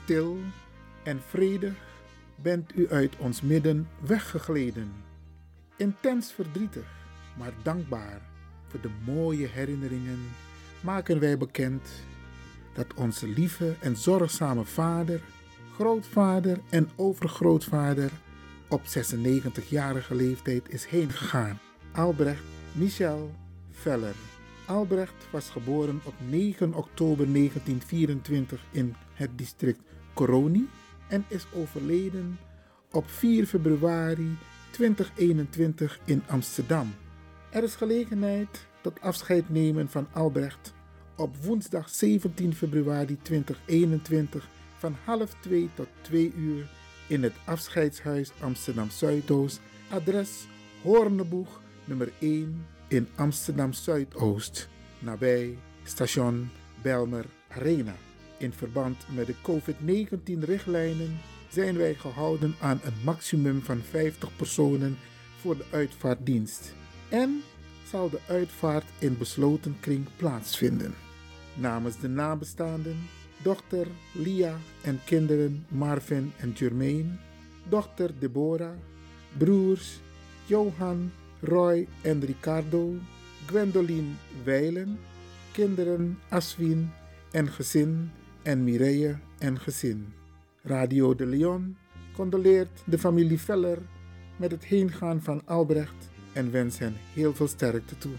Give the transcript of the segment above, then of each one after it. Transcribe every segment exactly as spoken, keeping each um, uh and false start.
Stil en vredig bent u uit ons midden weggegleden. Intens verdrietig, maar dankbaar voor de mooie herinneringen maken wij bekend dat onze lieve en zorgzame vader, grootvader en overgrootvader op zesennegentigjarige leeftijd is heengegaan. Albrecht Michel Veller. Albrecht was geboren op negen oktober negentien vierentwintig in het district Coroni en is overleden op vier februari tweeduizend eenentwintig in Amsterdam. Er is gelegenheid tot afscheid nemen van Albrecht op woensdag zeventien februari tweeduizend eenentwintig van half twee tot twee uur in het afscheidshuis Amsterdam Zuidoost, adres Hoorneboeg nummer één in Amsterdam Zuidoost, nabij station Bijlmer Arena. In verband met de covid negentien richtlijnen zijn wij gehouden aan een maximum van vijftig personen voor de uitvaartdienst en zal de uitvaart in besloten kring plaatsvinden. Namens de nabestaanden, dochter Lia en kinderen Marvin en Jermaine, dochter Deborah, broers Johan, Roy en Ricardo, Gwendoline Weilen, kinderen Aswin en gezin en Mireille en gezin. Radio de Leon condoleert de familie Veller met het heengaan van Albrecht en wens hen heel veel sterkte toe.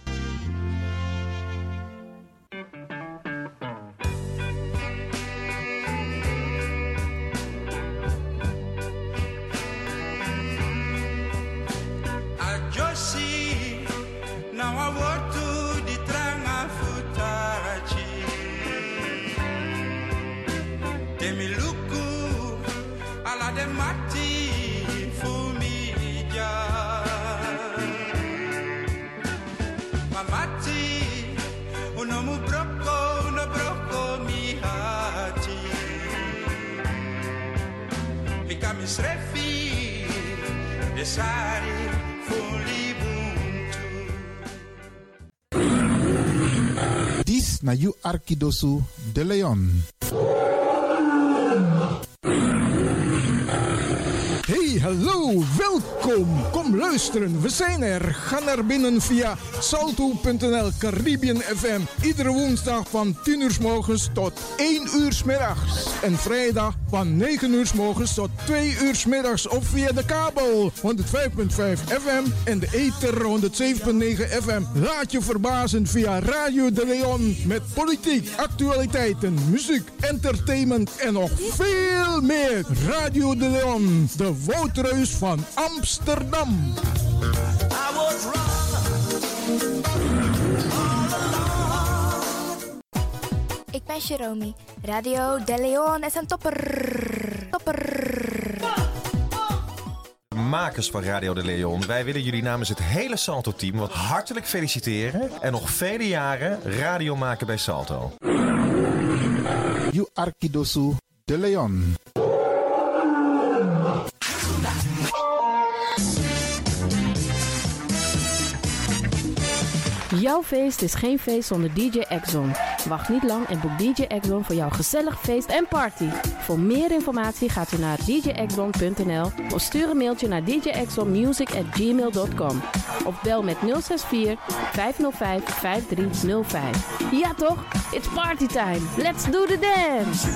Dis na you Arkidosu de Leon. Hey, hallo, welkom. Kom luisteren, we zijn er. Ga naar binnen via salto punt n l Caribbean F M. Iedere woensdag van tien uur 's morgens tot één uur 's middags. En vrijdag van negen uur 's morgens tot twee uur 's middags. Of via de kabel honderdvijf komma vijf F M en de ether honderdzeven komma negen F M. Laat je verbazen via Radio de Leon met politiek, actualiteiten, muziek, entertainment en nog veel meer. Radio de Leon, de Woudreus van Amsterdam. Ik ben Jerome. Radio de Leon is een topper. Topper. Makers van Radio de Leon, wij willen jullie namens het hele Salto-team wat hartelijk feliciteren en nog vele jaren radio maken bij Salto. You Arkidosu de Leon. Jouw feest is geen feest zonder D J Exxon. Wacht niet lang en boek D J Exxon voor jouw gezellig feest en party. Voor meer informatie gaat u naar d j exxon punt n l of stuur een mailtje naar d j exxon music at gmail dot com. Of bel met nul zes vier vijf nul vijf vijf drie nul vijf. Ja toch? It's party time. Let's do the dance.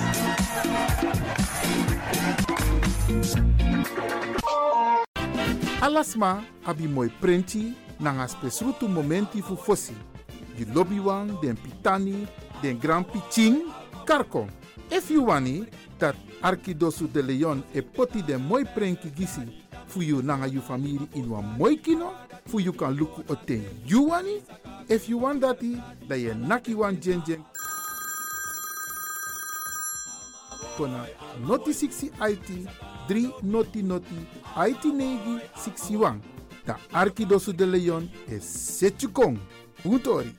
Alasma abi mooi prenti nanga spesrutu momenti fu fossi. You lobby wan, den pitani, den grand piching, karko. If you wani, dat Arkidosu de Leon e poti den mooi prenki gisi fu you nanga you family in wan mooi kino, fu you kan luku oten you wani. If you want dati, da ye naki wan jen jen. Kona noti sixty I T, three noti noti, I T negi sixty-one. Da Arkidosu de Leon is Setjukong. Puntori.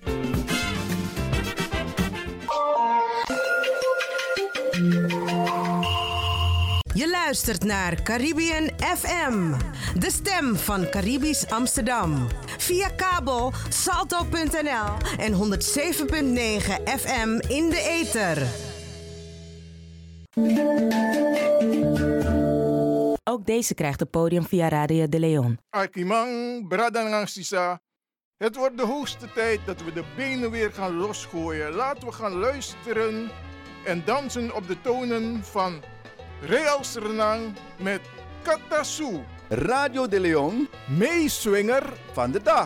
Je luistert naar Caribbean F M, de stem van Caribisch Amsterdam. Via kabel salto punt n l en honderdzeven komma negen F M in de ether. Ook deze krijgt het podium via Radio de Leon. Akimang, Bradangang Sisa. Het wordt de hoogste tijd dat we de benen weer gaan losgooien. Laten we gaan luisteren en dansen op de tonen van Real Sernang met Katasu. Radio de Leon, meeswinger van de dag.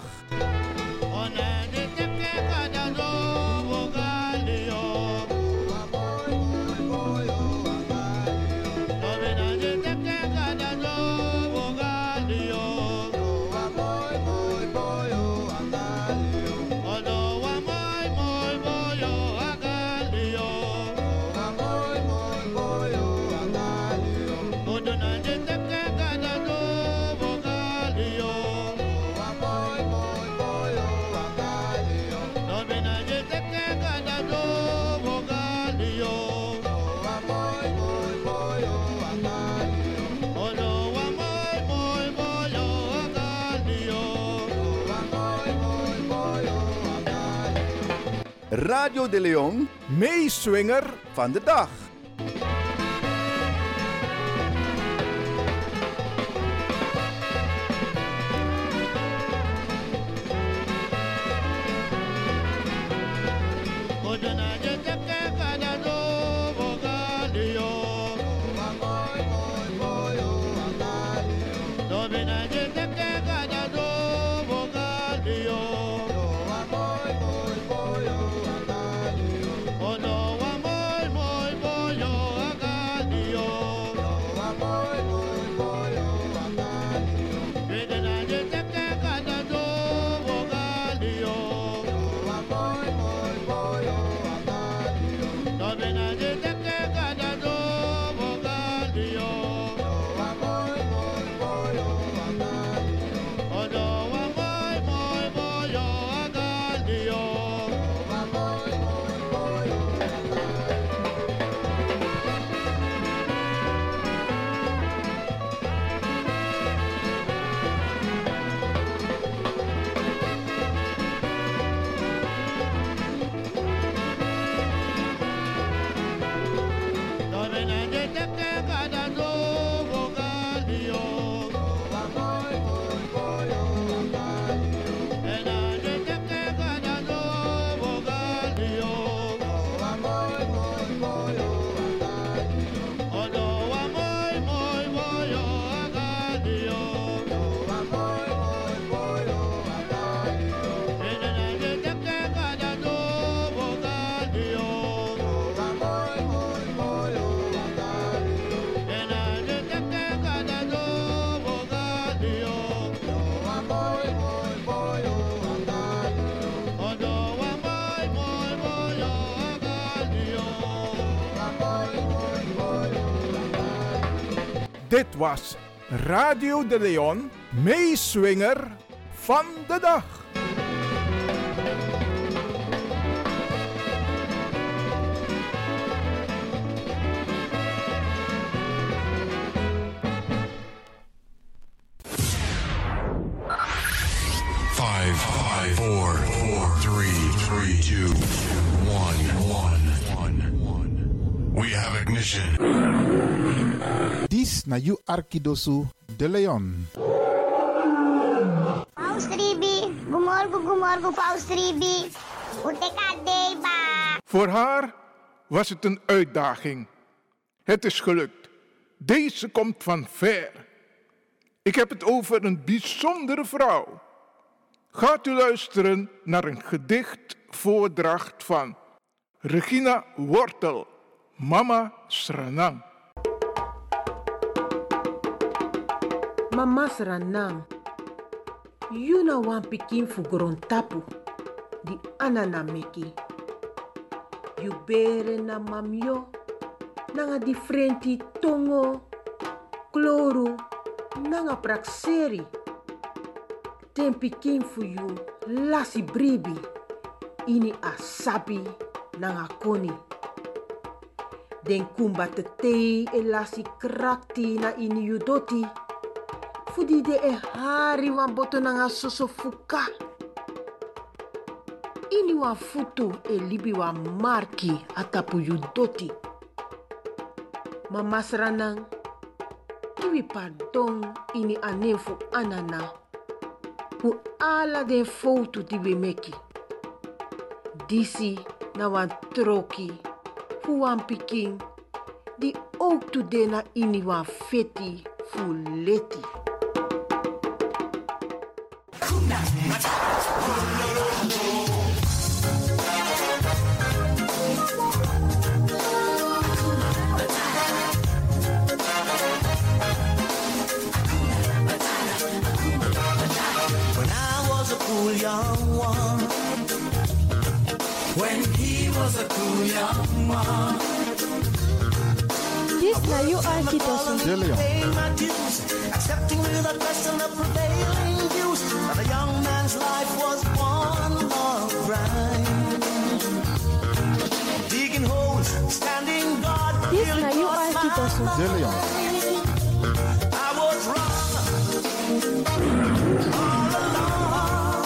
Radio de Leon, meeswinger van de dag. Dit was Radio de Leon, meeswinger van de dag. Five, five, four, four, three, three, two, one, one, one. We have ignition. Dis na you Arkidosu de Leon. Paus Ribi, gumorgo gumorgo Paus Ribi. Utekadeba. Voor haar was het een uitdaging. Het is gelukt. Deze komt van ver. Ik heb het over een bijzondere vrouw. Gaat u luisteren naar een gedichtvoordracht van Regina Wortel, Mama Sranang. Mama Sranang, you na wan pikin fu grontapu, di anana meki. You bere na mamyo, nanga differenti tongo, kloro, nanga prakseri. Ten pikin fu you lasi bribi, ini asabi nanga koni. Den kumba te te e lasi krakti na ini you doti. Fudi de e hari wan boto nanga soso fuka. Ini wan futu e libi wan marki atapu you doti. Mama Sranang, kiwi pardon ini anefu anana. Fu ala den foto die we meki. Disi na wan troki, fu wan piking, die ook today na ini wan feti fu leti. Young one, when he was a cool young one. This now you are paying my dues, accepting without question the prevailing views that a young man's life was one long grind. Digging holes, standing guard. This now you are I was wrong. All along.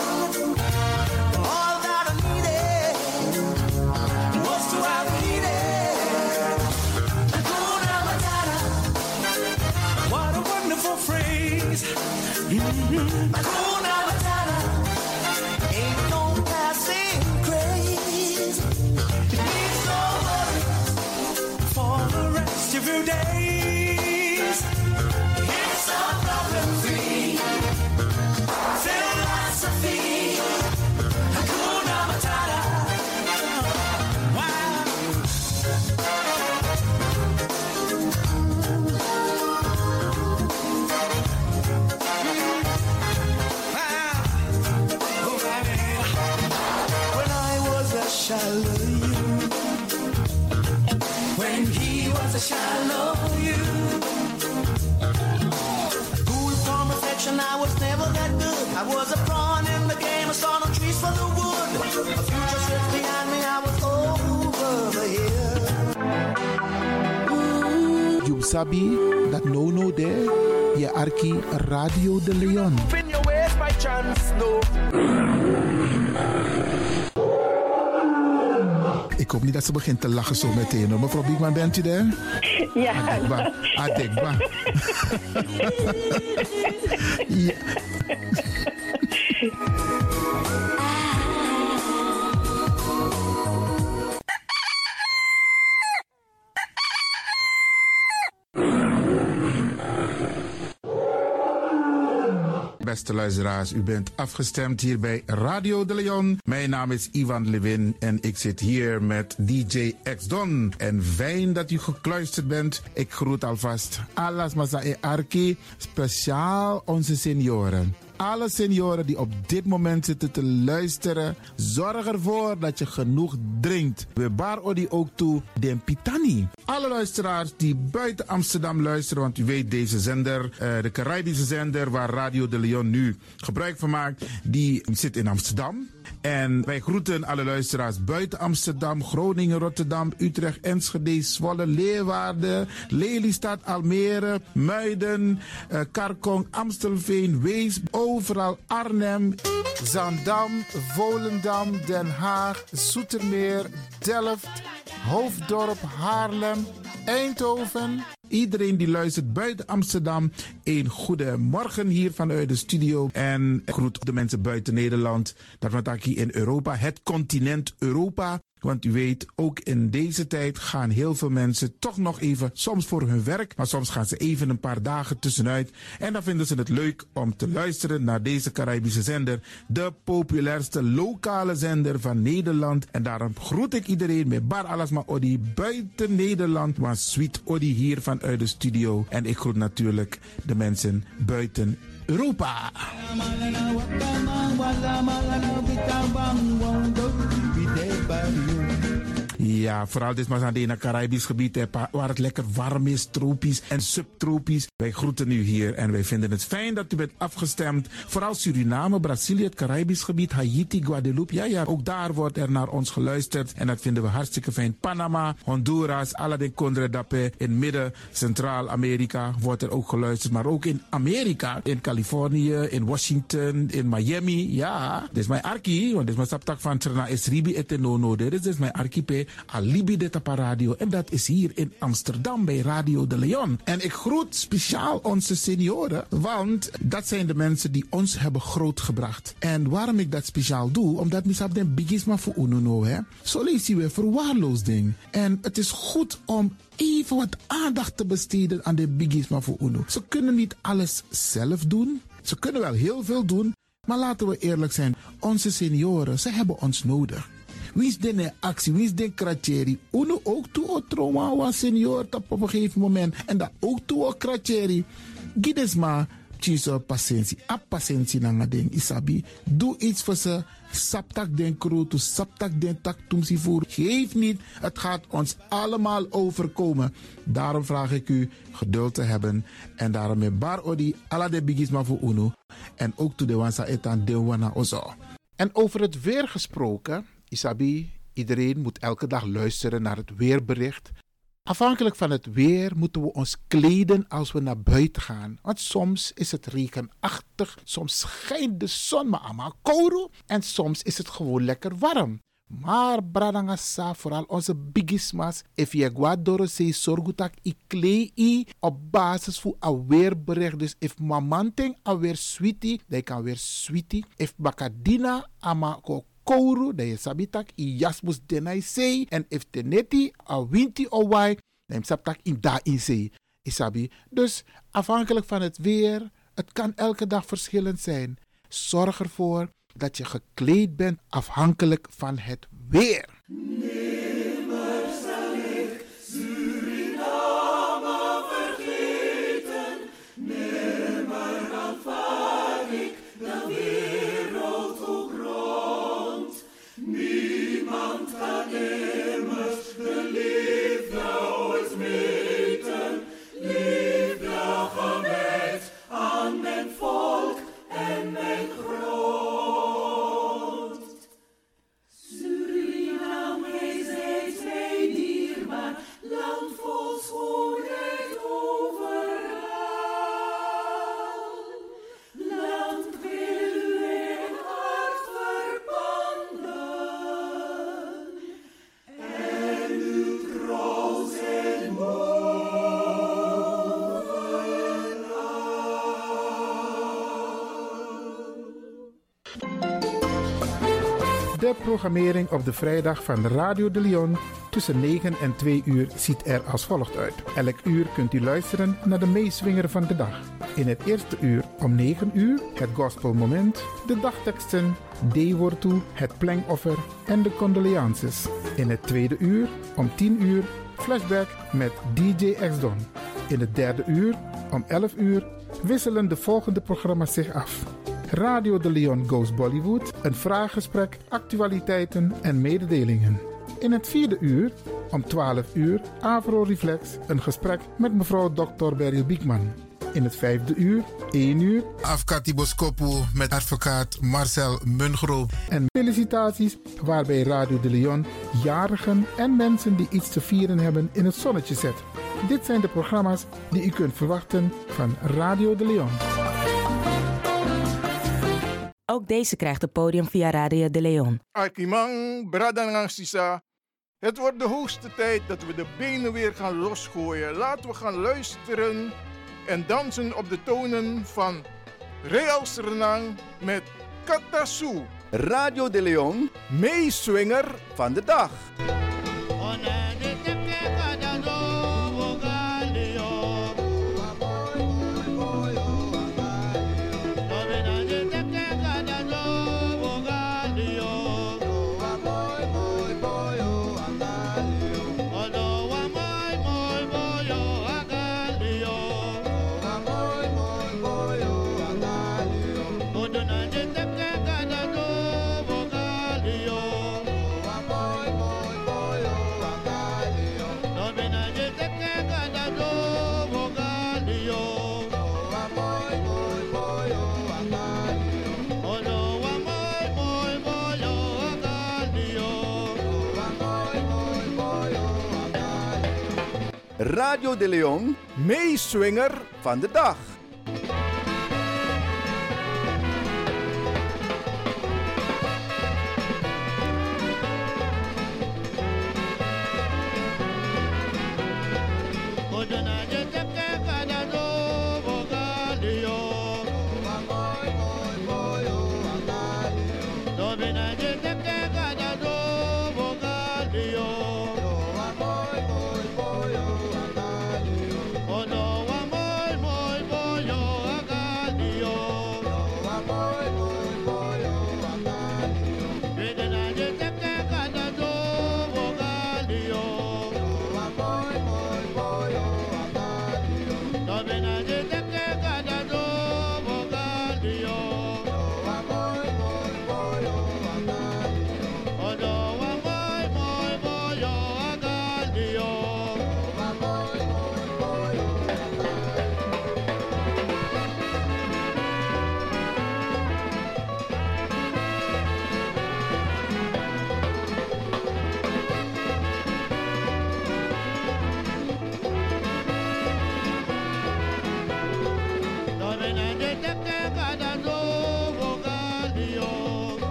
Mm-hmm. Hakuna Matata ain't no passing craze. It means no worries for the rest of your days. It's a problem-free philosophy. Hakuna Matata. Wow. Shallow you. When he was a shallow you. Cool from affection, I was never that good. I was a pawn in the game, I saw no trees for the wood. A future slipped behind me, I was over the hill. You sabi that no no there, je arki Radio De Leon. Spin your ways by chance, no. Ik hoop niet dat ze begint te lachen zo meteen. Mevrouw Biekman, bent u daar? Ja. Adekba. Adekba. Ja. Beste luisteraars, u bent afgestemd hier bij Radio De Leon. Mijn naam is Ivan Levin en ik zit hier met D J X-Don. En fijn dat u gekluisterd bent. Ik groet alvast Alas Masa e Arki, speciaal onze senioren. Alle senioren die op dit moment zitten te luisteren, zorg ervoor dat je genoeg drinkt. We bar odi ook toe den pitani. Alle luisteraars die buiten Amsterdam luisteren, want u weet deze zender, uh, de Caribische zender waar Radio De Leon nu gebruik van maakt, die zit in Amsterdam. En wij groeten alle luisteraars buiten Amsterdam, Groningen, Rotterdam, Utrecht, Enschede, Zwolle, Leeuwarden, Lelystad, Almere, Muiden, uh, Karkong, Amstelveen, Wees, overal Arnhem, Zaandam, Volendam, Den Haag, Zoetermeer, Delft, Hoofddorp, Haarlem, Eindhoven. Iedereen die luistert buiten Amsterdam, een goede morgen hier vanuit de studio. En ik groet de mensen buiten Nederland, dat we het hier in Europa, het continent Europa. Want u weet, ook in deze tijd gaan heel veel mensen toch nog even, soms voor hun werk, maar soms gaan ze even een paar dagen tussenuit. En dan vinden ze het leuk om te luisteren naar deze Caribische zender, de populairste lokale zender van Nederland. En daarom groet ik iedereen met Bar Alasma Odi buiten Nederland, maar Sweet Odi hier vanuit de studio. En ik groet natuurlijk de mensen buiten Europa. Ja, vooral dit maar aan het Caribisch gebied, hè, waar het lekker warm is, tropisch en subtropisch. Wij groeten u hier en wij vinden het fijn dat u bent afgestemd. Vooral Suriname, Brazilië, het Caribisch gebied, Haiti, Guadeloupe. Ja, ja, ook daar wordt er naar ons geluisterd en dat vinden we hartstikke fijn. Panama, Honduras, Aladdin Condre Dapé, in midden, Centraal-Amerika wordt er ook geluisterd. Maar ook in Amerika, in Californië, in Washington, in Miami. Ja, dit is mijn arki, want dit is mijn saptak van Trana Esribi et Nono. Dit is mijn archipel alibi de Tapa Radio. En dat is hier in Amsterdam bij Radio de Leon. En ik groet speciaal onze senioren, want dat zijn de mensen die ons hebben grootgebracht. En waarom ik dat speciaal doe, omdat misap den bigisma voor uno hè. Zo lees je weer verwaarloosding. En het is goed om even wat aandacht te besteden aan de bigisma voor uno. Ze kunnen niet alles zelf doen. Ze kunnen wel heel veel doen. Maar laten we eerlijk zijn. Onze senioren, ze hebben ons nodig. Wie is de actie? Wie is de kratjeri? Uno ook toe o trauma wa senior op een gegeven moment. En dat ook toe o kratjeri. Gides maar chiso patiëntie. A patiëntie na ding isabi. Doe iets voor ze. Saptak den kroto, saptak den tak tumsi voer. Geef niet, het gaat ons allemaal overkomen. Daarom vraag ik u geduld te hebben. En daarom met bar odi ala de bigisma voor uno. En ook toe de wansa etan de wana ozo. En over het weer gesproken, Isabi, iedereen moet elke dag luisteren naar het weerbericht. Afhankelijk van het weer moeten we ons kleden als we naar buiten gaan. Want soms is het regenachtig, soms schijnt de zon maar allemaal kouro en soms is het gewoon lekker warm. Maar bradangasa, vooral onze bigismas, if je guadoro se sorgutak i klei op basis van een weerbericht. Dus if mamanting a weer sweetie, dan kan weer sweetie. If bakadina ama ko kouru, dat je sabitak i jasmus denai sei. En if teneti a winti o wai, dan sabtak in da in sei. Isabi. Dus afhankelijk van het weer, het kan elke dag verschillend zijn. Zorg ervoor dat je gekleed bent afhankelijk van het weer. Nimmer zal ik Suriname vergeten, nimmer aanvaard ik de wereld ook rond. Niemand kan immers de liefde ooit meten, liefde gewijd aan mijn volk en mijn grond. De programmering op de vrijdag van Radio de Leon tussen negen en twee uur ziet er als volgt uit. Elk uur kunt u luisteren naar de meeswinger van de dag. In het eerste uur om negen uur het gospelmoment, de dagteksten, D-woord, het plengoffer en de condolences. In het tweede uur om tien uur flashback met D J X-Don. In het derde uur om elf uur wisselen de volgende programma's zich af. Radio de Leon Goes Bollywood, een vraaggesprek, actualiteiten en mededelingen. In het vierde uur, om twaalf uur, Avro Reflex, een gesprek met mevrouw dokter Beryl Biekman. In het vijfde uur, één uur, Afkati Boskopu met advocaat Marcel Mungroop. En felicitaties waarbij Radio de Leon jarigen en mensen die iets te vieren hebben in het zonnetje zet. Dit zijn de programma's die u kunt verwachten van Radio de Leon. Ook deze krijgt het podium via Radio de Leon. Akimang, Bradangang Sisa. Het wordt de hoogste tijd dat we de benen weer gaan losgooien. Laten we gaan luisteren en dansen op de tonen van Reals Renang met Katasu. Radio de Leon, meeswinger van de dag. Radio de Leon, meeswinger van de dag.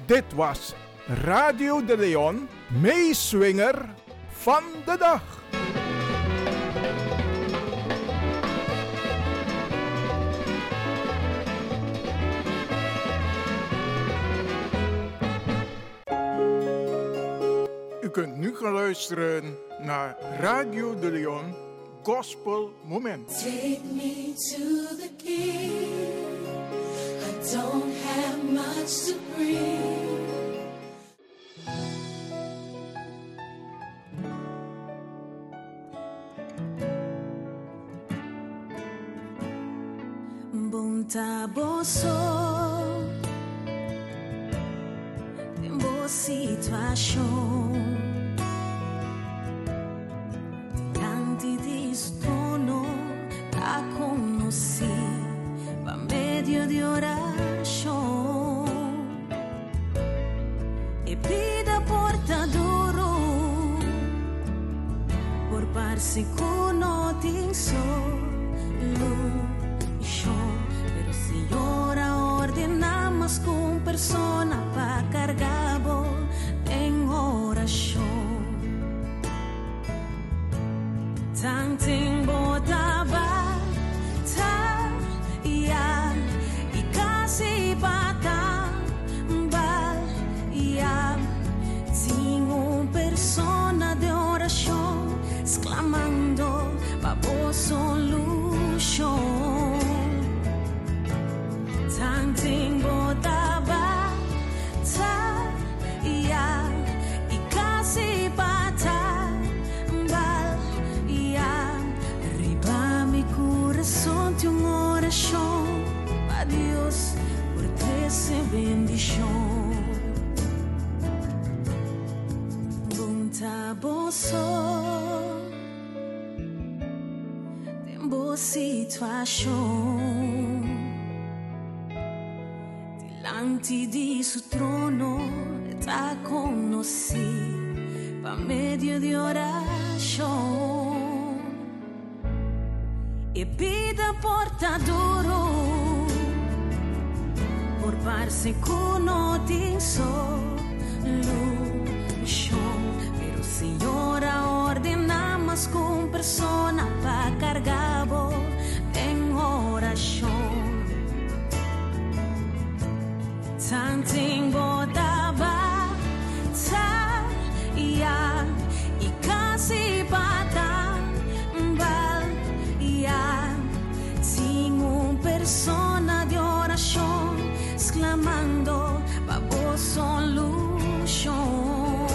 Dit was Radio de Leon, meeswinger van de dag. U kunt nu gaan luisteren naar Radio de Leon Gospel Moment. Take me to the King. I don't have much to bring. Bunta boso, tem boa situação. Tanti di sono da conosci, pa medio di oração. E pida portadoro, por parsi cuno tin solução. Pero Senhora ordenamos com persona pa cargabo em oração. Tanting botaba ta ia e casi bata bal ia tinha um persona de oração exclamando pa boa solução. Tanting botaba ta ia e casi bata bal ia riba mi coração de uma oração a Deus por ter se bendição. Bunta boso tem boa situação. Diante di suo trono ta conosci pa medio di oração. E pida portadoro por parsi cuno tin solução. Pero Senhora ordenamos com persona pa cargabo em oração. Tanting botaba ta ia e casi bata bal ia tinha um persona de oração exclamando pa boa solução.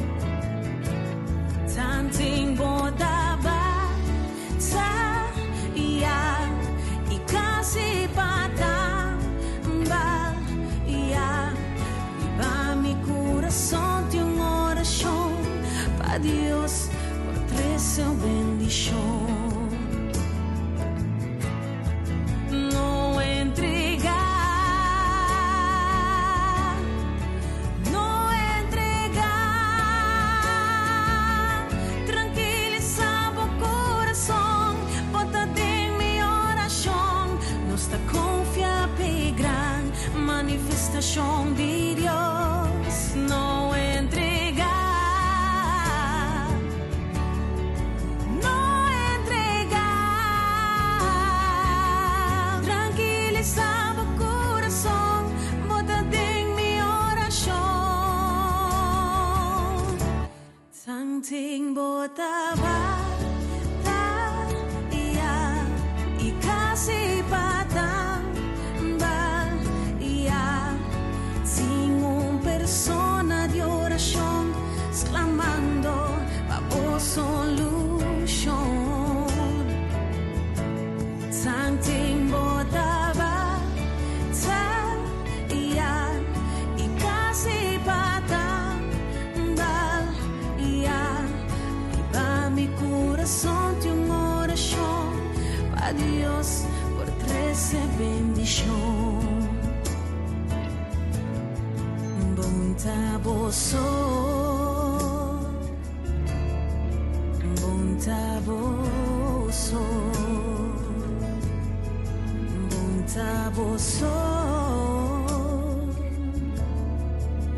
Tanting botaba ta ia e casi bata coração de uma oração para Deus por ter seu bendição. Não entregar, não entregar, tranquilizar o coração, bota em minha oração, não está confiando em grande manifestação de Deus. Não entregar, não entregar, tranquilizar o coração, bota em minha oração. Tanting botava ta ia e casi bata ba ia tinha um persona de oração exclamando pa boa solução. Tanting botava ta ia e casi bata bal ia riba mi coração de uma oração pa Deus por trece bendição. Bunta boso, bunta boso, bunta boso,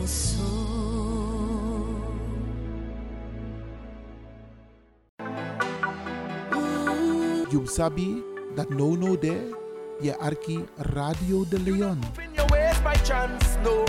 You sabi that no no there, je arki Radio de Leon. Your ways by chance, no.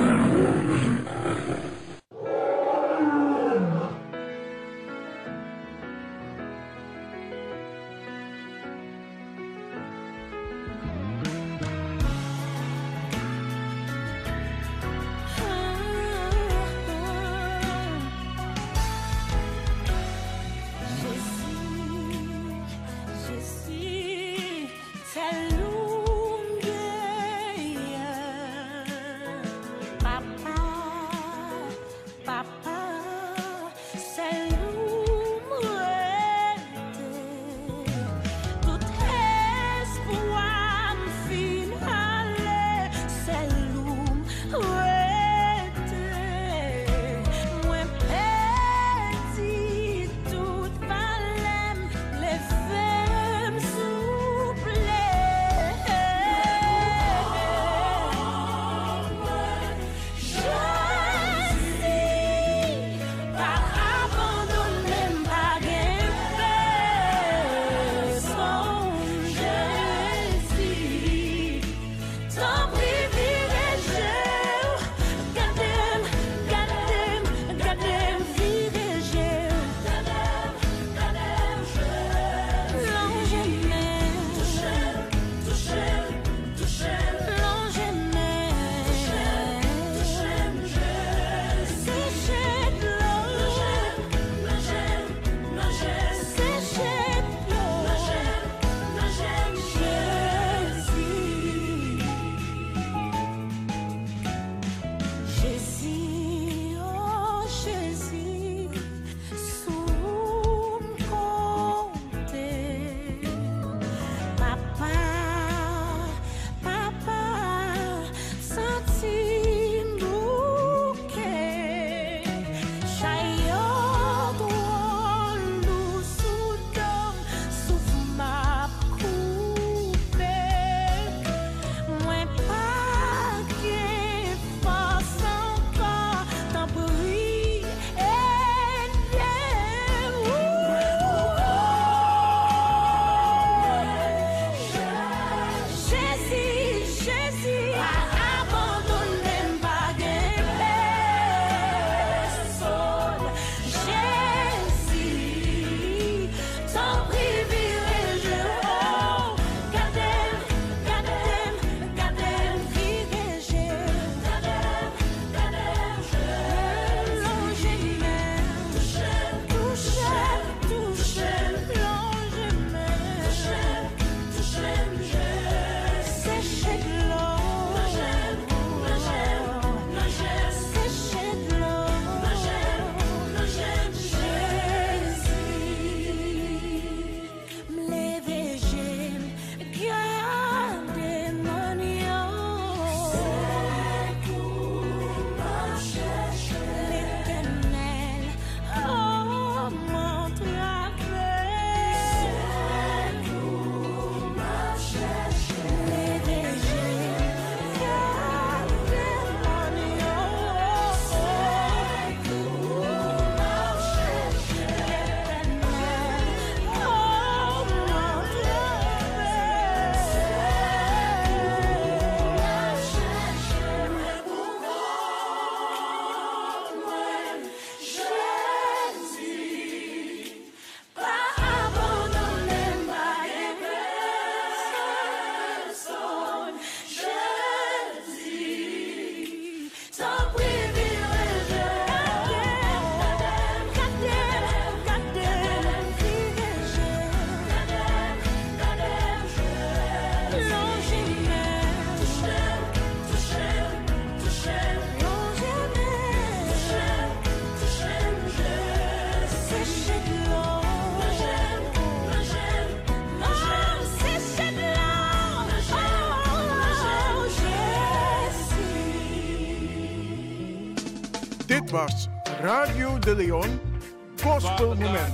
Dit was Radio de Leon Gospel Moment.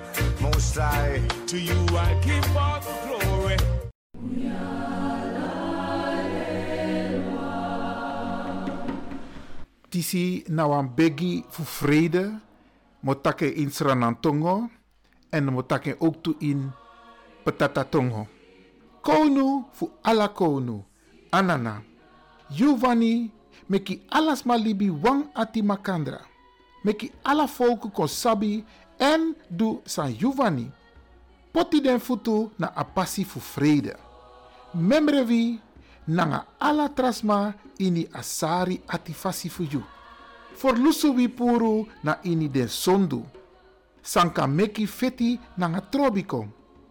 Most High, to you I give all the glory. tisi na wan begi fu vrede, motake in Sranantongo en motake ook toe in Petatatongo. Konu fu ala konu, anana. Giovanni, meki alas malibi wang ati makandra. Meki ala volku kon sabi en du san Giovanni. Poti den futu na apasi fu vrede. Memrevi nanga ala trasma ini asari ati fasi fu you. For lusu wi puru na ini den sondu. Sanka meki feti nanga trobiko.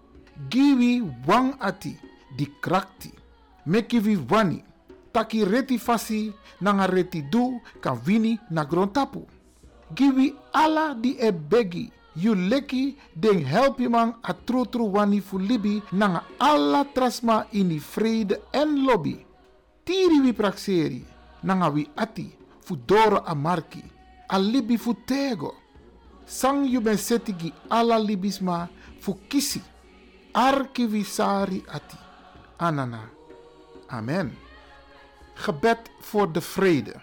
Giwi wang ati di krakti. Meki vi wani. Taki reti fasi nanga reti du kan vini na grontapu. Giwi ala di e begi. You leki den helpi man a tru tru wani fu libi nanga alla trasma ini vrede en lobby. Tiri wi praxeri nanga wi ati fu doro amarki. A libi fu tego. Sang you ben setigi alla libisma fu kisi. Arki wi sari ati. Anana. Amen. Gebed voor de vrede.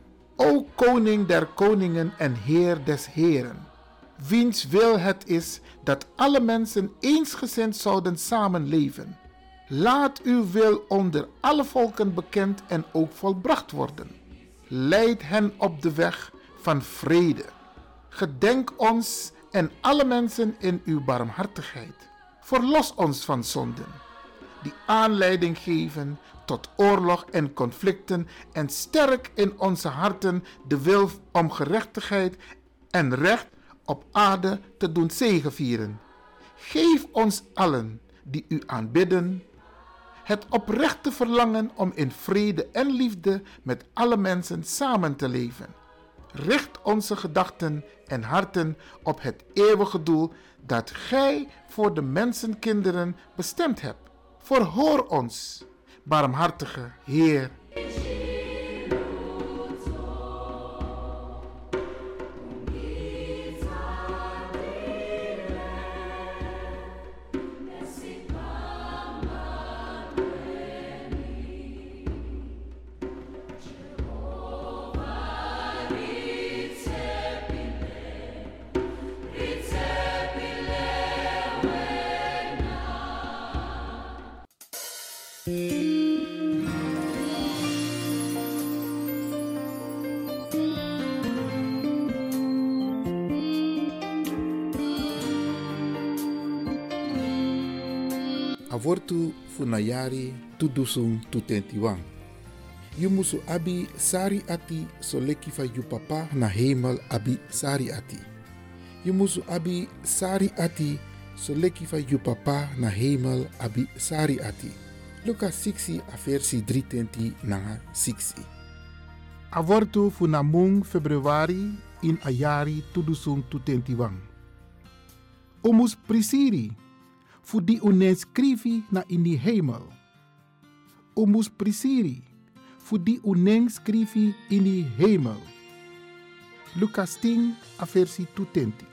O koning der koningen en heer des heren. Wiens wil het is dat alle mensen eensgezind zouden samenleven. Laat uw wil onder alle volken bekend en ook volbracht worden. Leid hen op de weg van vrede. Gedenk ons en alle mensen in uw barmhartigheid. Verlos ons van zonden, die aanleiding geven tot oorlog en conflicten en sterk in onze harten de wil om gerechtigheid en recht op aarde te doen zegevieren. Geef ons allen die u aanbidden het oprechte verlangen om in vrede en liefde met alle mensen samen te leven. Richt onze gedachten en harten op het eeuwige doel dat gij voor de mensenkinderen bestemd hebt. Verhoor ons, barmhartige Heer. Avortu funayari tudusung tutentiwang. You musu abi sari ati soleki fa you papa na hemel abi sari ati. You musu abi sari ati soleki fa you papa na hemel abi sari ati. Lucas zes a versi drietenti nanga zes. Avortu funamung februari in ayari tudusung tutentiwang. Omus prisiri. Fu di unen scrivi na in die hemel. Omus prisiri. Fu di unen scrivi in die hemel. Lucas tien a versi tutenti.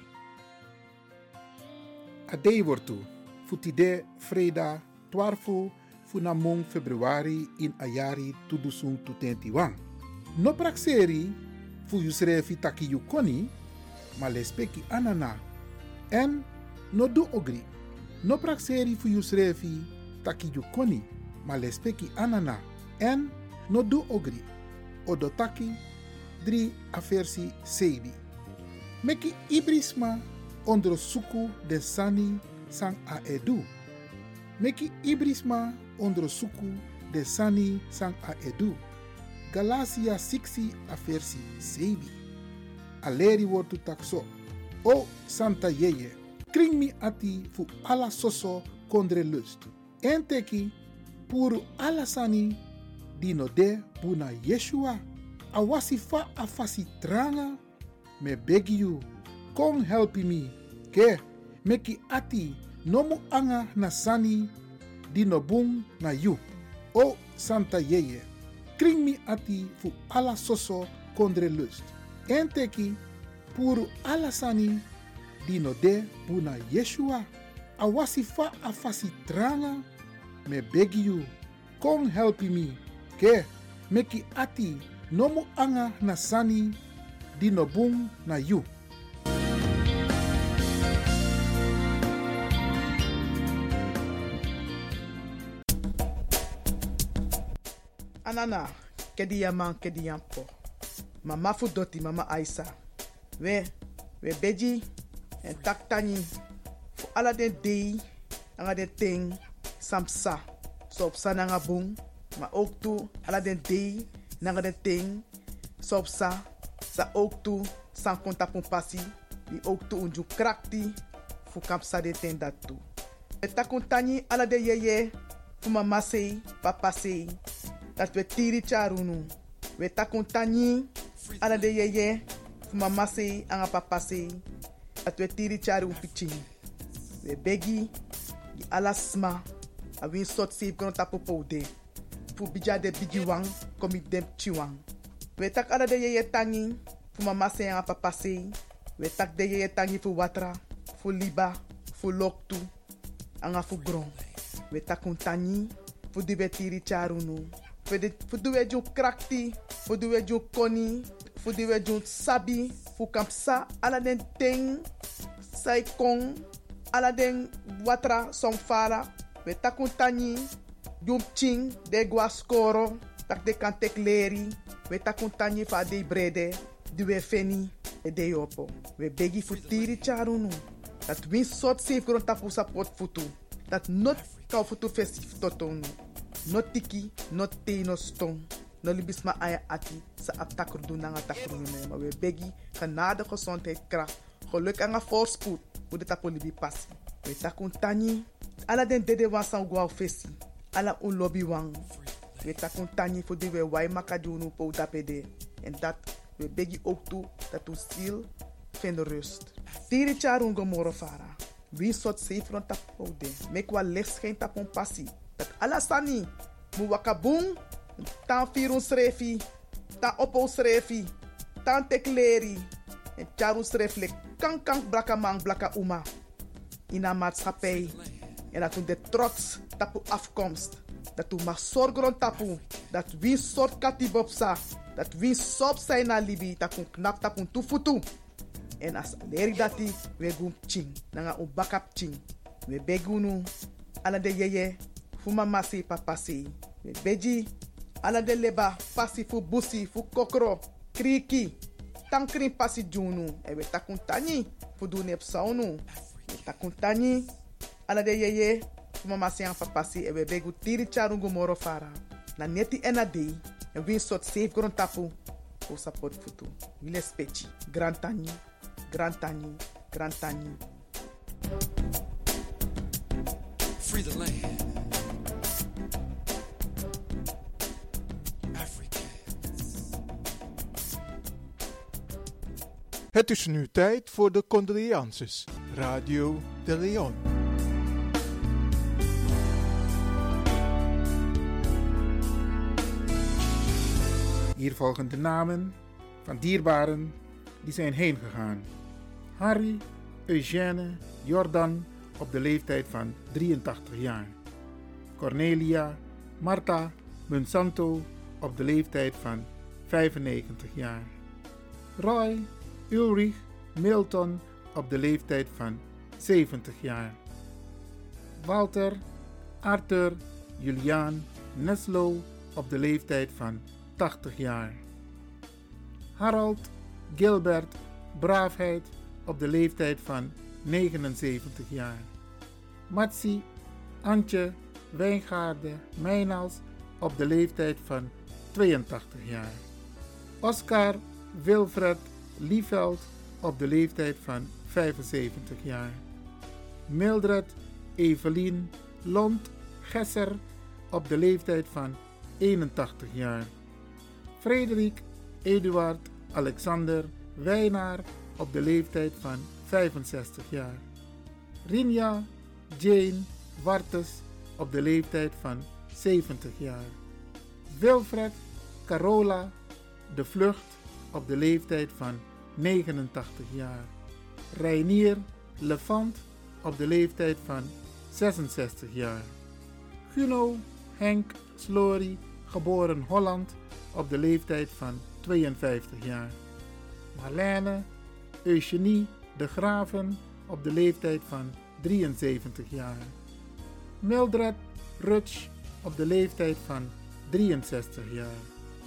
Adei wortu. Futide freda twarfu funamong februari in ayari tudusung tutenti wang. No praxeri fu yusrefi taki yukoni ma lespeki anana en no du ogri. No praxeri fu yusrefi taki yukoni ma lespeki anana en no du ogri. Odotaki drie aversi sebi. Meki ibrisma ondro suku de sani sang a edu. Meki ibrisma ondro suku de sani sang a edu. Galatia zes a versi sebi. Aleri wortu takso. O Santa Yeye, kring mi ati fu ala soso kondre lust. En teki puru ala sani dino de buna Yeshua. Awasi fa afasi tranga. Me beg you, come help me. Ke, meki ati nomu anga na sani dino bung na you. O Santa Yeye, kring mi ati fu ala soso kondre lust. En teki puru ala sani dino de buna Yeshua. Awasi fa afasi tranga. Me beg you, come help me. Ke, meki ati Nomu anga na sani di no bung na you. Anana, kedi yaman, kedi yampo. Mama Fudoti, mama Aisa. We, we beji, en taktani. Voor alle den dei, anga den ting, samsa. So op sa nanga bung, maar ook toe, alle den dei, nanga den ting, so op sa. Sa ook toe, san konta pon pasi. Die ook toe unju krakti, voor kapsa den ting dat toe. We takontani, alle den yeye, voor mama sei, papa sei. Dat we tiri charunu. We takontani, ala de yeye, mama sei, anga papa sei. Dat we tiri charu piching. We begi, di alasma, a win sot save kono tapo poude. Fu bija de bigi wang, komi dem chiwang. We tak ala de yeye tangi, fu mama sei, anga papa sei. We tak de yeye tangi fu watra, fu liba, fu loktu, anga fu gron. We takontani, fu di we tiri charunu. Fudu we jun krakti, fudu we jun koni, fudu we jun sabi, fu kampsa, ala den ting, sai kong, ala den watra som fara, we takun tani, jun ching, de gwa skoro, tak de kantek leri, we takun tani fa de brede, di we feni, e de yopo. We begi fu tiri charunu, dat win sot safe kron tapu sapot futu, dat not kau futu festif totonu. No tiki, no te, no stong. No libisma aya ati, sa aptakru doen na nga takru me. Maar we begi, genade, gezondheid, kracht. Geluk en voorspoed, hoe de tapo libi passi. We takun tani, ala den dede wan san guau fesi. Ala un lobby wang. We takun tani, voor die we wai makadunu po tapede. En dat, we begi ook toe, dat u ziel vindt rust. Tiri charun gomoro fara. Wie soort zeefron tapo de. Mek wa licht geen tapon passi. Dat alasani, mu wakabung, tan firun srefi, tan opo srefi, tan tekleri, en charu sreflek, kan kan blaka man blaka uma. In een maatschappij, en dat u de trots tapu afkomst, dat u mag zorgen tapu, dat wie soort katibopsa, dat wie sop zijn na libi, dat u knap tapu tufutu. En as leri dati, we gum ching, nanga u bakap ching, we begunu, ala de yeye, fu mama si papa si. We beji, ala de leba, pasi fu busi, fu kokro, kriki, tankrin pasi junu. E we takuntani, fu dune psaunu. We takuntani, ala de yeye, fu mama si an papa si. E we begu tiri charungu moro fara. Na neti ena dei, e win sot safe gron tapu, fu support futu. Wile spechi, grantani, grantani, grantani. Free the land. Het is nu tijd voor de condolences. Radio de Leon. Hier volgen de namen van dierbaren die zijn heen gegaan. Harry Eugène Jordan op de leeftijd van drieëntachtig jaar. Cornelia Marta Monsanto op de leeftijd van vijfennegentig jaar. Roy Ulrich Milton op de leeftijd van zeventig jaar. Walter Arthur Juliaan Neslo op de leeftijd van tachtig jaar. Harold Gilbert Braafheid op de leeftijd van negenenzeventig jaar. Matsi Antje Wijngaarde Meynals op de leeftijd van tweeëntachtig jaar. Oscar Wilfred Lieveld op de leeftijd van vijfenzeventig jaar. Mildred Evelien Lont Gesser op de leeftijd van eenentachtig jaar. Frederik Eduard Alexander Wijnaar op de leeftijd van vijfenzestig jaar. Rinja Jane Wartes op de leeftijd van zeventig jaar. Wilfred Carola De Vlucht op de leeftijd van negenentachtig jaar. Reinier Levant op de leeftijd van zesenzestig jaar. Guno Henk Slory geboren Holland, op de leeftijd van tweeënvijftig jaar. Marlene Eugenie de Graven, op de leeftijd van drieënzeventig jaar. Mildred Rutsch, op de leeftijd van drieënzestig jaar.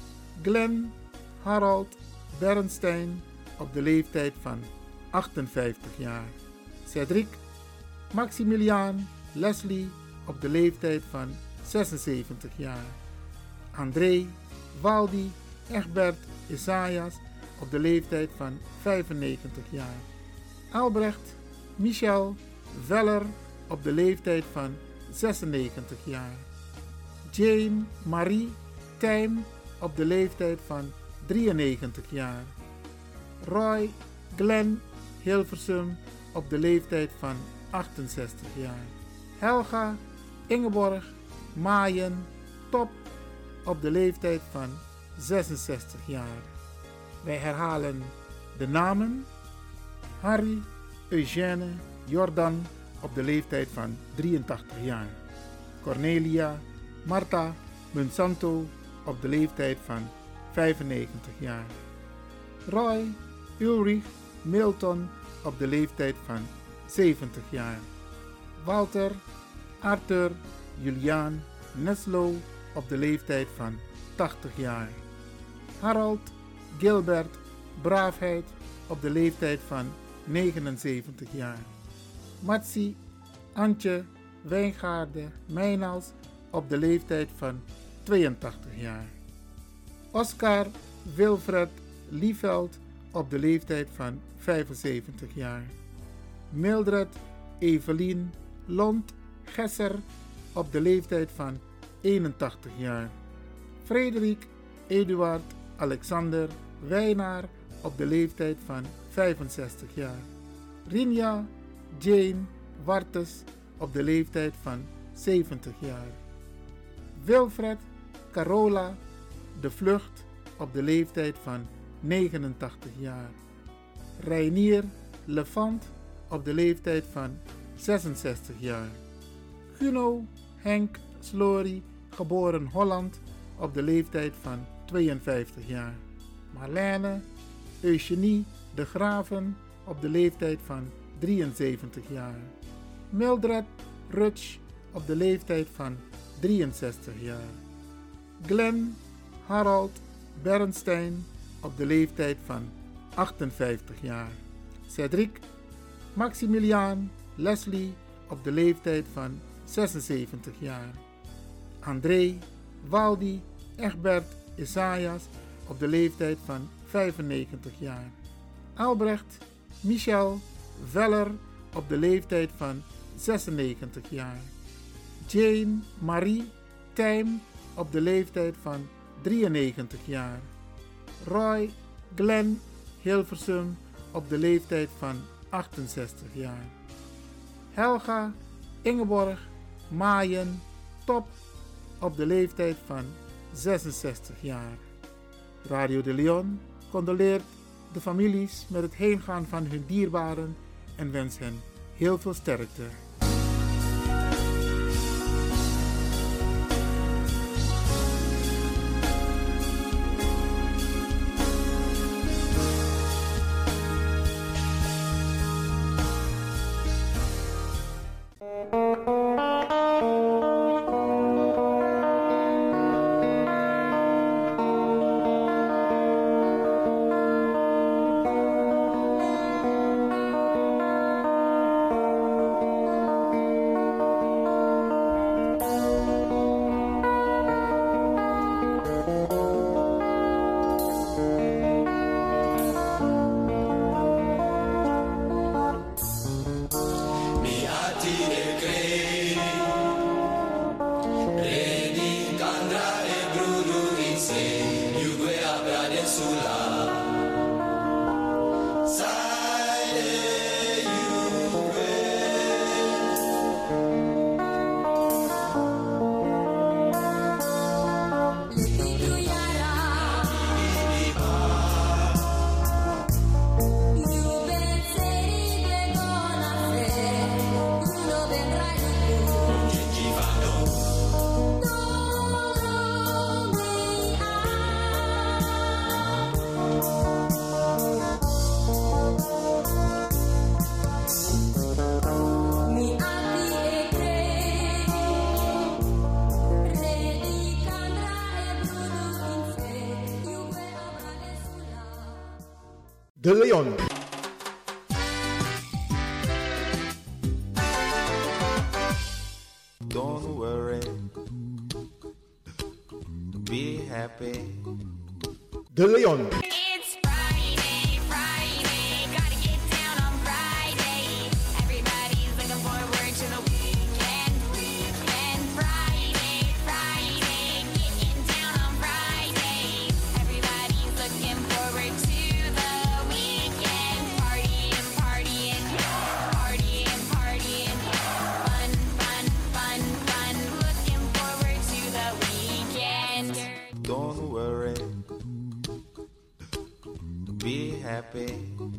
Glenn Harold Bernstein, op de leeftijd van achtenvijftig jaar. Cedric Maximiliaan Leslie, op de leeftijd van zesenzeventig jaar. André Waldi Egbert Isaias, op de leeftijd van vijfennegentig jaar. Albrecht Michel Veller, op de leeftijd van zesennegentig jaar. Jane Marie Tijm, op de leeftijd van drieënnegentig jaar. Roy Glenn Hilversum, op de leeftijd van achtenzestig jaar. Helga Ingeborg Maaien Top, op de leeftijd van zesenzestig jaar. Wij herhalen de namen: Harry Eugène Jordan, op de leeftijd van drieëntachtig jaar. Cornelia Marta Monsanto, op de leeftijd van vijfennegentig jaar. Roy Ulrich Milton, op de leeftijd van zeventig jaar. Walter Arthur Juliaan Neslo, op de leeftijd van tachtig jaar. Harold Gilbert Braafheid, op de leeftijd van negenenzeventig jaar. Matsi Antje Wijngaarde Meynals, op de leeftijd van tweeëntachtig jaar. Oscar Wilfred Lieveld, op de leeftijd van vijfenzeventig jaar. Mildred Evelien Lont Gesser, op de leeftijd van eenentachtig jaar. Frederik Eduard Alexander Wijnaar, op de leeftijd van vijfenzestig jaar. Rinja Jane Wartes, op de leeftijd van zeventig jaar. Wilfred Carola de Vlucht, op de leeftijd van negenentachtig jaar. Reinier Levant, op de leeftijd van zesenzestig jaar. Guno Henk Slory, geboren Holland, op de leeftijd van tweeënvijftig jaar. Marlene Eugenie de Graven, op de leeftijd van drieënzeventig jaar. Mildred Rutsch, op de leeftijd van drieënzestig jaar. Glenn Harold Bernstein, op de leeftijd van achtenvijftig jaar. Cedric Maximiliaan Leslie, op de leeftijd van zesenzeventig jaar. André Waldi Egbert Isaias, op de leeftijd van vijfennegentig jaar. Albrecht Michel Veller, op de leeftijd van zesennegentig jaar. Jane Marie Tijm, op de leeftijd van drieënnegentig jaar. Roy Glenn Hilversum, op de leeftijd van achtenzestig jaar. Helga Ingeborg Maaien Top, op de leeftijd van zesenzestig jaar. Radio de Leon condoleert de families met het heengaan van hun dierbaren en wens hen heel veel sterkte. De Leon. Don't worry, be happy. De Leon. It's Friday, Friday, gotta get down on Friday. Everybody's looking forward to the weekend, weekend. Friday, Friday, getting down on Friday. Everybody's looking forward to the weekend. Partying, partying, partying, partying. Fun, fun, fun, fun. Looking forward to the weekend. Don't worry, be happy.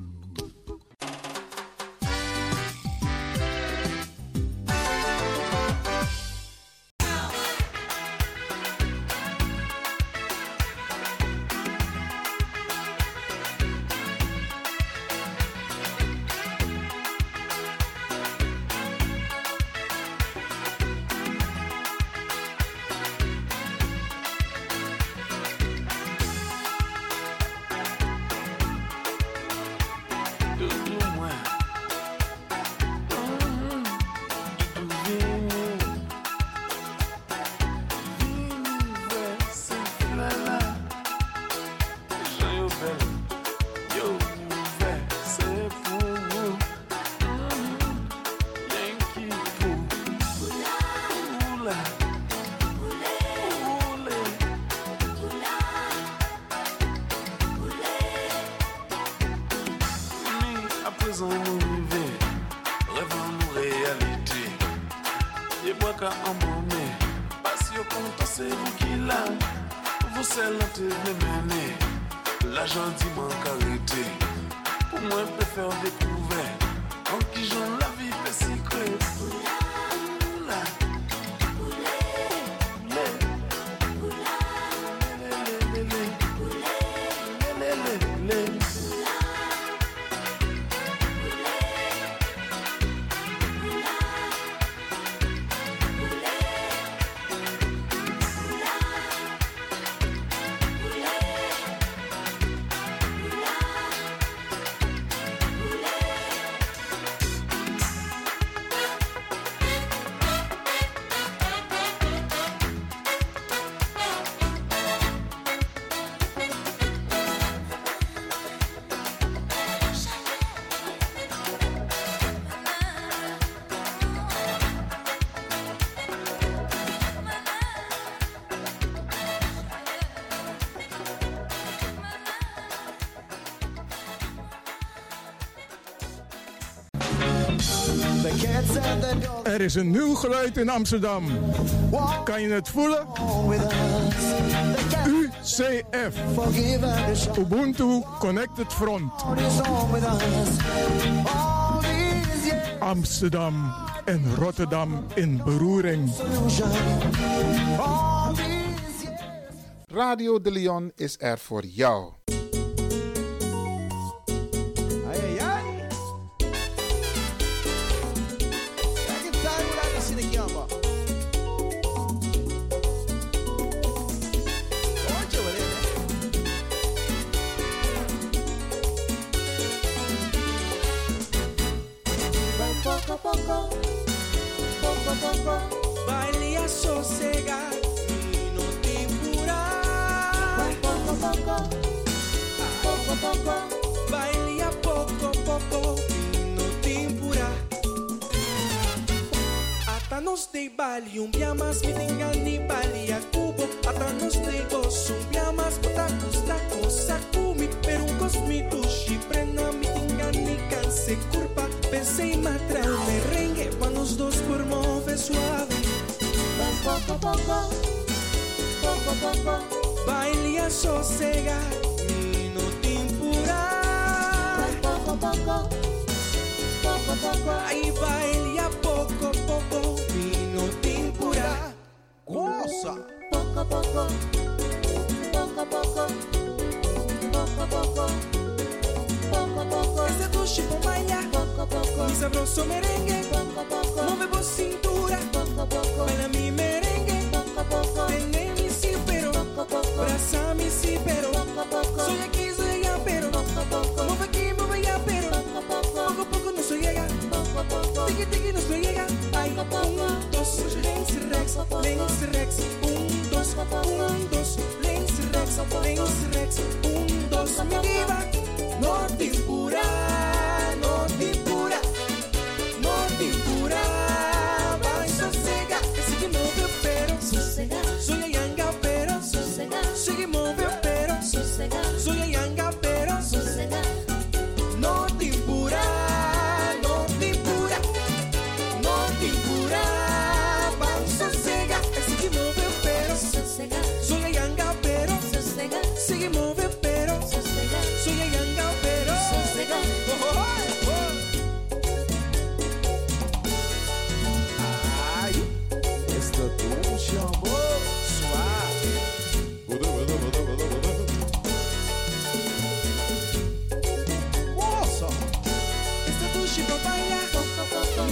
Er is een nieuw geluid in Amsterdam. Kan je het voelen? U C F. Ubuntu Connected Front. Amsterdam en Rotterdam in beroering. Radio De Leon is er voor jou. Baile a sossegar e não te furar. Poco, poco, poco, poco. Baile a pouco, pouco e não te furar. Ata nos de baile um dia mais me engane baile a cubo. Ata nos de gozo um dia mais bota custa cosa cumi. Pero um cosmi dushi prena me engane canse curva. Pensei matra o merengue quando os dois por mover suave. Poco, poco, poco, poco. Baile a sossegar e não te furar. Poco, poco, poco, poco. Aí baile a pouco, pouco e não te furar. Goza. Poco, poco, poco, poco, poco, poco, poco, poco. Esse do chico baila. Poco, poco. Mi sabroso merengue. Poco, poco. Move por cintura. Poco, poco. Baila mi merengue. Poco, poco. Tené mi sí, pero. Poco, poco. Abraza mi sí, pero. Poco, poco. Soy aquí, soy allá, pero. Poco, poco. Move aquí.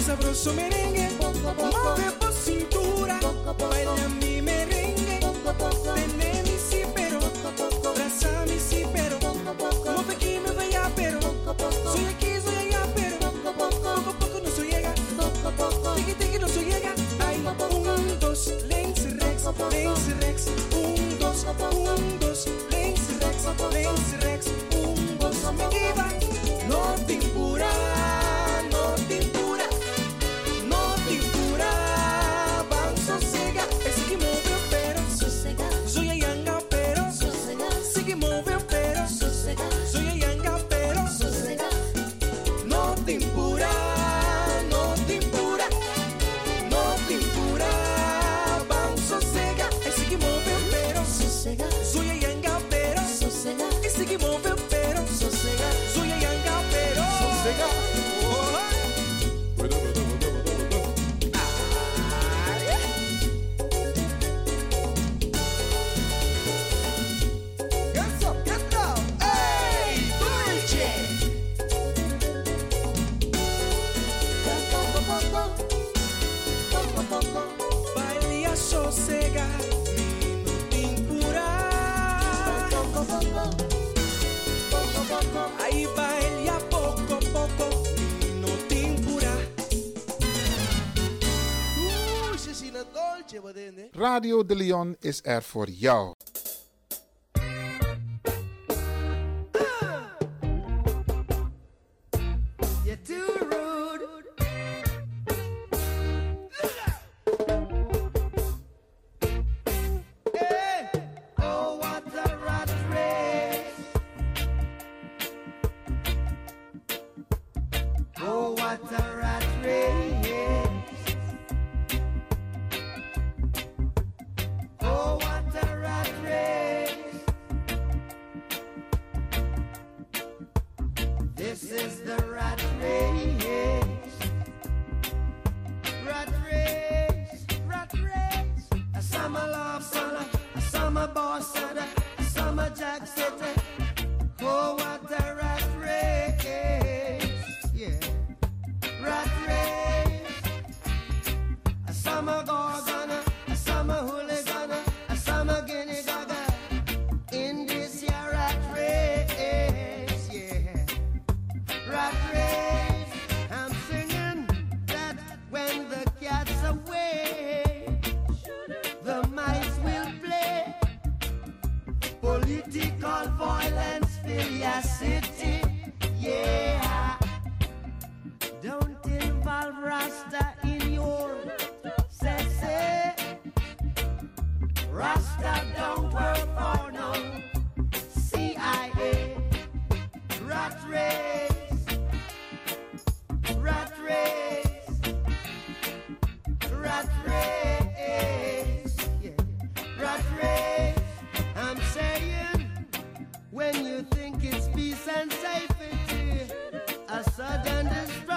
muy sabroso merengue. Mueve por cintura, baila mi merengue. Tené mi sí pero, abraza mi sí pero. Mueve aquí, mueve allá pero. Soy aquí, soy allá pero. Poco a poco no se llega. Tiki tiki no se llega. Ay, un, dos, links, rex, links, rex. Un, dos, un, dos, links, rex, links, rex. Un, dos, me diva. No te impura, no te impura, no te impura. Van sossega, esse que move o pero. Sossega, zoia yanga pero. Sossega, esse que move o pero. Sossega, zoia yanga pero. Sossega, no te impura, no te impura, no te impura. Van sossega, esse que move o pero. Sossega, zoia yanga pero. Sossega, esse que move o pero. Sossega, zoia yanga pero. Sossega. Baila sossega, no te impura. Aí baila poco poco, no te impura. Oeh, ze zien het dolce, wat in, hè? Radio de Leon is er voor jou. You're too rude. Hey, oh, what a rat race. Oh, what a rat race. Oh, what a rat race. This is the rat race. Rat race, rat race. A summer love son, a summer boss son, a summer jack city. Oh, what a rat race. Yeah. Rat race. A summer gorgon, a summer hooligan, a summer guinea gaga. In this year rat race. Yeah. Rat race, I'm singing that when the cat's away, the mice will play. Political violence fill your city, yeah. Don't involve Rasta in your say. Rasta don't work for no C I A. Rat race, rat race, rat race, yeah. Rat race. I'm saying, when you think it's peace and safety, a sudden destruction.